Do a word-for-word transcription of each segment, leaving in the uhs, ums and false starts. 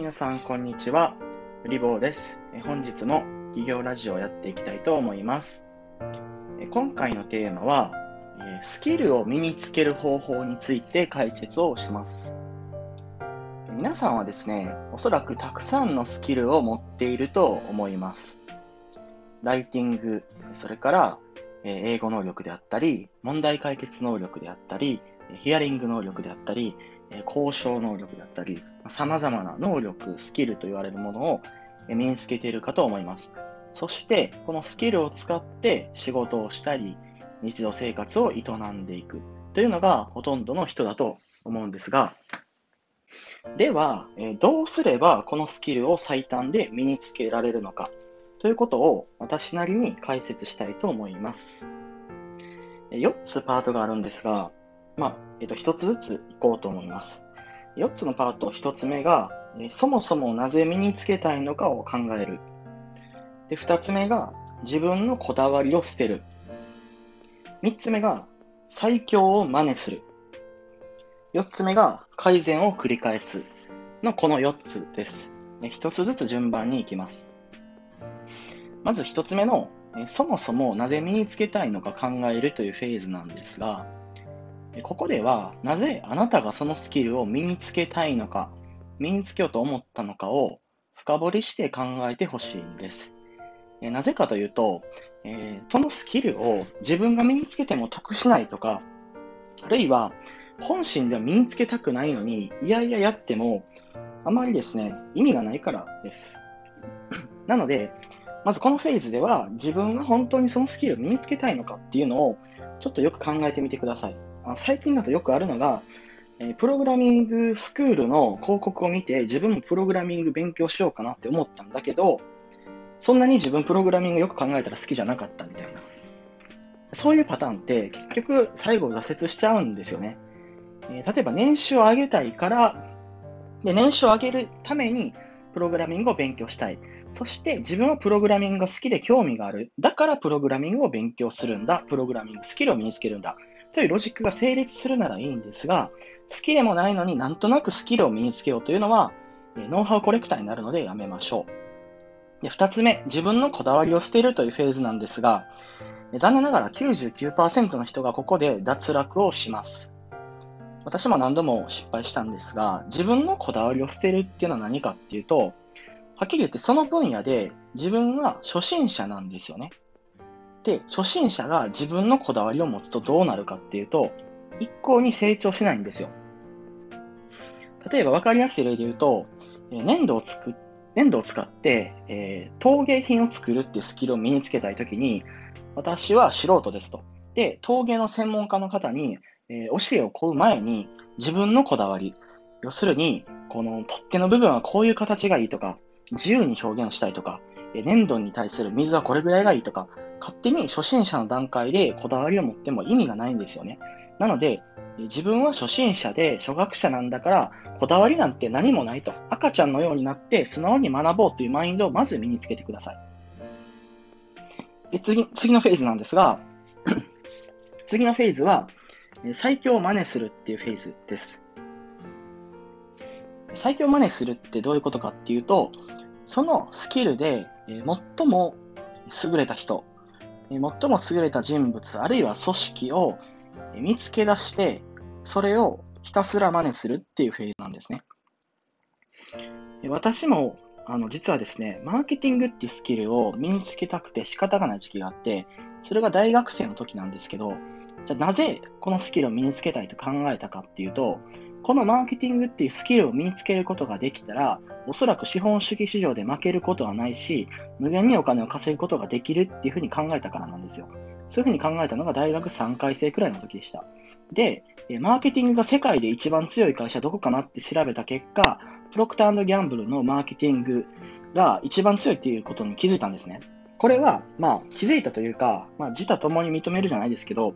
皆さん、こんにちは。リボーです。え本日も企業ラジオをやっていきたいと思います。え今回のテーマは、えスキルを身につける方法について解説をします。え皆さんはですね、おそらくたくさんのスキルを持っていると思います。ライティング、それからえ英語能力であったり、問題解決能力であったり、ヒアリング能力であったり、交渉能力であったり、様々な能力、スキルと言われるものを身につけているかと思います。そして、このスキルを使って仕事をしたり、日常生活を営んでいくというのがほとんどの人だと思うんですが、では、どうすればこのスキルを最短で身につけられるのかということを私なりに解説したいと思います。よっつパートがあるんですが、まあ、えっと、ひとつずついこうと思います。よっつのパート、ひとつめが、そもそもなぜ身につけたいのかを考える。で、ふたつめが、自分のこだわりを捨てる。みっつめが、最強を真似する。よっつめが、改善を繰り返す。のこのよっつです。ひとつずつ順番にいきます。まずひとつめの、そもそもなぜ身につけたいのか考えるというフェーズなんですが、ここではなぜあなたがそのスキルを身につけたいのか、身につけようと思ったのかを深掘りして考えてほしいんです。なぜかというと、えー、そのスキルを自分が身につけても得しないとか、あるいは本心では身につけたくないのに、いやいややってもあまりですね、意味がないからです。なので、まずこのフェーズでは自分が本当にそのスキルを身につけたいのかっていうのをちょっとよく考えてみてください。最近だとよくあるのが、プログラミングスクールの広告を見て自分もプログラミング勉強しようかなって思ったんだけど、そんなに自分プログラミングよく考えたら好きじゃなかったみたいな。そういうパターンって結局最後挫折しちゃうんですよね。例えば年収を上げたいから、で年収を上げるためにプログラミングを勉強したい。そして自分はプログラミングが好きで興味がある。だからプログラミングを勉強するんだ。プログラミングスキルを身につけるんだ。というロジックが成立するならいいんですが、好きでもないのになんとなくスキルを身につけようというのは、ノウハウコレクターになるのでやめましょう。で、二つ目、自分のこだわりを捨てるというフェーズなんですが、残念ながら きゅうじゅうきゅうパーセント の人がここで脱落をします。私も何度も失敗したんですが、自分のこだわりを捨てるっていうのは何かっていうと、はっきり言ってその分野で自分は初心者なんですよね。で、初心者が自分のこだわりを持つとどうなるかっていうと、一向に成長しないんですよ。例えば分かりやすい例で言うと、粘土をつく、粘土を使って、えー、陶芸品を作るっていうスキルを身につけたいときに、私は素人ですと。で、陶芸の専門家の方に、えー、教えを請う前に自分のこだわり、要するに、この取っ手の部分はこういう形がいいとか、自由に表現したいとか、粘土に対する水はこれぐらいがいいとか、勝手に初心者の段階でこだわりを持っても意味がないんですよね。なので、自分は初心者で初学者なんだから、こだわりなんて何もないと。赤ちゃんのようになって素直に学ぼうというマインドをまず身につけてください。で 次, 次のフェーズなんですが、次のフェーズは、最強を真似するっていうフェーズです。最強を真似するってどういうことかっていうと、そのスキルで最も優れた人、最も優れた人物、あるいは組織を見つけ出して、それをひたすら真似するっていうフェーズなんですね。私もあの実はですね、マーケティングっていうスキルを身につけたくて仕方がない時期があって、それが大学生の時なんですけど、じゃあなぜこのスキルを身につけたいと考えたかっていうと、このマーケティングっていうスキルを身につけることができたら、おそらく資本主義市場で負けることはないし、無限にお金を稼ぐことができるっていうふうに考えたからなんですよ。そういうふうに考えたのが大学さんかい生くらいの時でした。で、マーケティングが世界で一番強い会社どこかなって調べた結果、プロクター&ギャンブルのマーケティングが一番強いっていうことに気づいたんですね。これは、まあ、気づいたというか、まあ、自他ともに認めるじゃないですけど、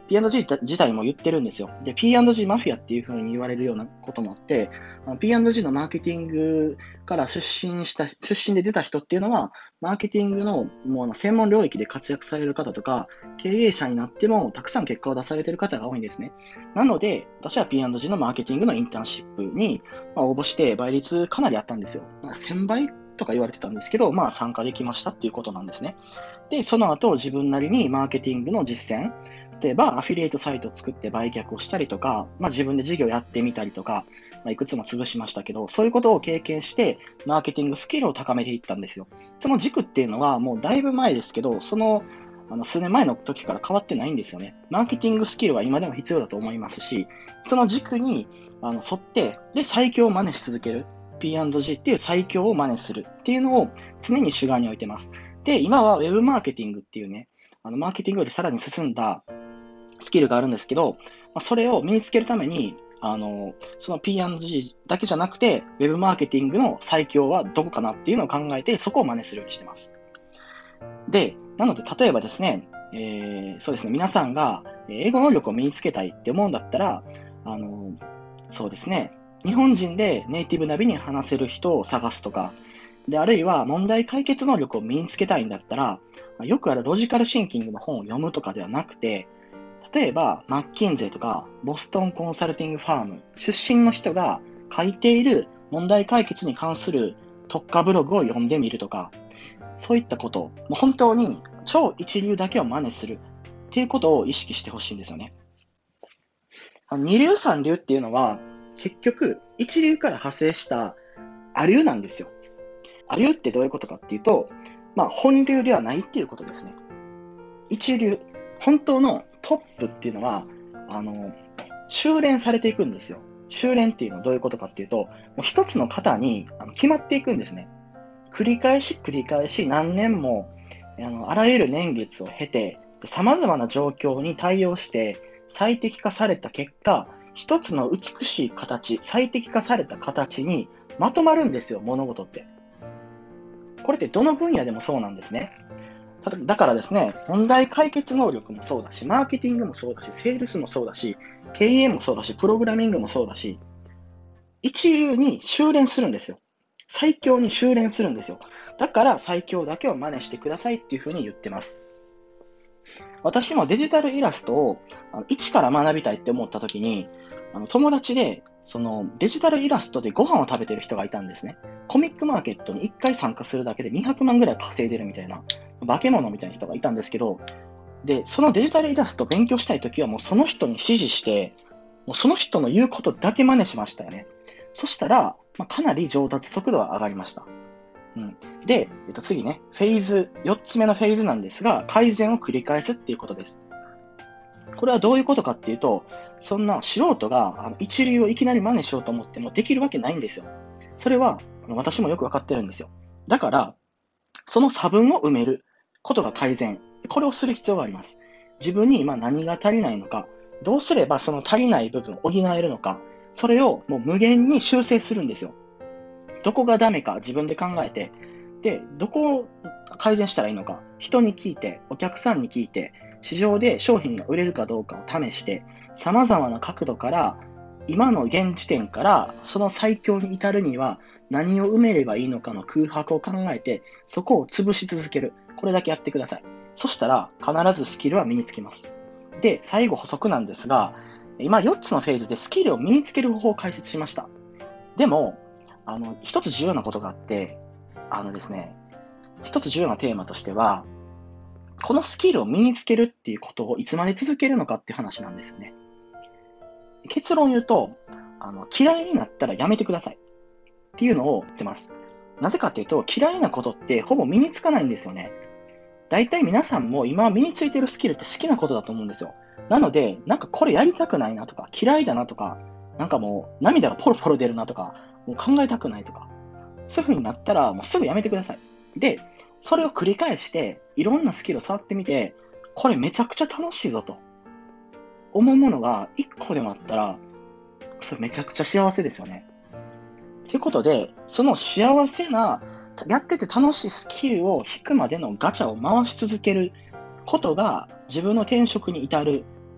ピーアンドジー 自体も言ってるんですよ。で、ピーアンドジー マフィアっていう風に言われるようなこともあって、ピーアンドジー のマーケティングから出身した、出身で出た人っていうのは、マーケティングのもう専門領域で活躍される方とか、経営者になってもたくさん結果を出されている方が多いんですね。なので、私は ピーアンドジー のマーケティングのインターンシップに応募して倍率かなりあったんですよ。せんばいとか言われてたんですけど、まあ参加できましたっていうことなんですね。で、その後自分なりにマーケティングの実践、例えばアフィリエイトサイトを作って売却をしたりとか、まあ、自分で事業やってみたりとか、まあ、いくつも潰しましたけど、そういうことを経験して、マーケティングスキルを高めていったんですよ。その軸っていうのはもうだいぶ前ですけど、そのあの数年前の時から変わってないんですよね。マーケティングスキルは今でも必要だと思いますし、その軸にあの沿って、で、最強を真似し続ける。ピーアンドジー っていう最強を真似するっていうのを常に主眼に置いてます。で、今は Web マーケティングっていうね、あのマーケティングよりさらに進んだスキルがあるんですけど、それを身につけるために、あの、その ピーアンドジー だけじゃなくて、Web マーケティングの最強はどこかなっていうのを考えて、そこを真似するようにしてます。で、なので、例えばですね、えー、そうですね、皆さんが英語能力を身につけたいって思うんだったら、あの、そうですね、日本人でネイティブなびに話せる人を探すとか、で、あるいは問題解決能力を身につけたいんだったら、よくあるロジカルシンキングの本を読むとかではなくて、例えば、マッキンゼーとか、ボストンコンサルティングファーム、出身の人が書いている問題解決に関する特化ブログを読んでみるとか、そういったこと、もう本当に超一流だけを真似するっていうことを意識してほしいんですよね。あの二流三流っていうのは、結局、一流から派生した亜流なんですよ。亜流ってどういうことかっていうと、まあ、本流ではないっていうことですね。一流、本当のトップっていうのは、あの、修練されていくんですよ。修練っていうのはどういうことかっていうと、もう一つの型にあの決まっていくんですね。繰り返し繰り返し何年も、あの、あらゆる年月を経て、様々な状況に対応して最適化された結果、一つの美しい形、最適化された形にまとまるんですよ、物事って。これってどの分野でもそうなんですね。だからですね、問題解決能力もそうだし、マーケティングもそうだし、セールスもそうだし、経営もそうだし、プログラミングもそうだし、一流に修練するんですよ。最強に修練するんですよ。だから最強だけを真似してくださいっていうふうに言ってます。私もデジタルイラストを一から学びたいって思った時に、あの友達でそのデジタルイラストでご飯を食べてる人がいたんですね。コミックマーケットにいっかい参加するだけでにひゃくまんぐらい稼いでるみたいな、化け物みたいな人がいたんですけど、で、そのデジタルイラストを勉強したいときはもうその人に指示して、もうその人の言うことだけ真似しましたよね。そしたら、まあ、かなり上達速度は上がりました。うん、で、えっと、次ね、フェーズ、よっつめのフェーズなんですが、改善を繰り返すっていうことです。これはどういうことかっていうと、そんな素人があの一流をいきなり真似しようと思ってもできるわけないんですよ。それは私もよくわかってるんですよ。だから、その差分を埋めることが改善。これをする必要があります。自分に今何が足りないのか、どうすればその足りない部分を補えるのか、それをもう無限に修正するんですよ。どこがダメか自分で考えて、で、どこを改善したらいいのか、人に聞いて、お客さんに聞いて、市場で商品が売れるかどうかを試して、様々な角度から、今の現時点からその最強に至るには何を埋めればいいのかの空白を考えて、そこを潰し続ける。これだけやってください。そしたら必ずスキルは身につきます。で、最後補足なんですが、今よっつのフェーズでスキルを身につける方法を解説しました。でも、あの、一つ重要なことがあって、あのですね、一つ重要なテーマとしては、このスキルを身につけるっていうことをいつまで続けるのかっていう話なんですね。結論言うと、あの、嫌いになったらやめてくださいっていうのを言ってます。なぜかっていうと、嫌いなことってほぼ身につかないんですよね。大体皆さんも今身についてるスキルって好きなことだと思うんですよ。なので、なんかこれやりたくないなとか、嫌いだなとか、なんかもう涙がポロポロ出るなとか、もう考えたくないとか、そういう風になったらもうすぐやめてください。で、それを繰り返して、いろんなスキルを触ってみて、これめちゃくちゃ楽しいぞと思うものがいっこでもあったら、それめちゃくちゃ幸せですよね。ということで、その幸せな、やってて楽しいスキルを引くまでのガチャを回し続けることが自分の転職に至る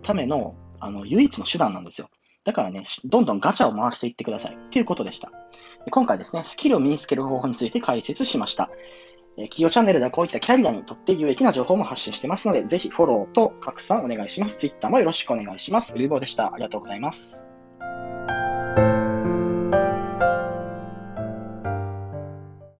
ための、あの、唯一の手段なんですよ。だからね、どんどんガチャを回していってください。ということでした。今回ですね、スキルを身につける方法について解説しました。企業チャンネルではこういったキャリアにとって有益な情報も発信してますので、ぜひフォローと拡散お願いします。Twitter もよろしくお願いします。ウリボーでした。ありがとうございます。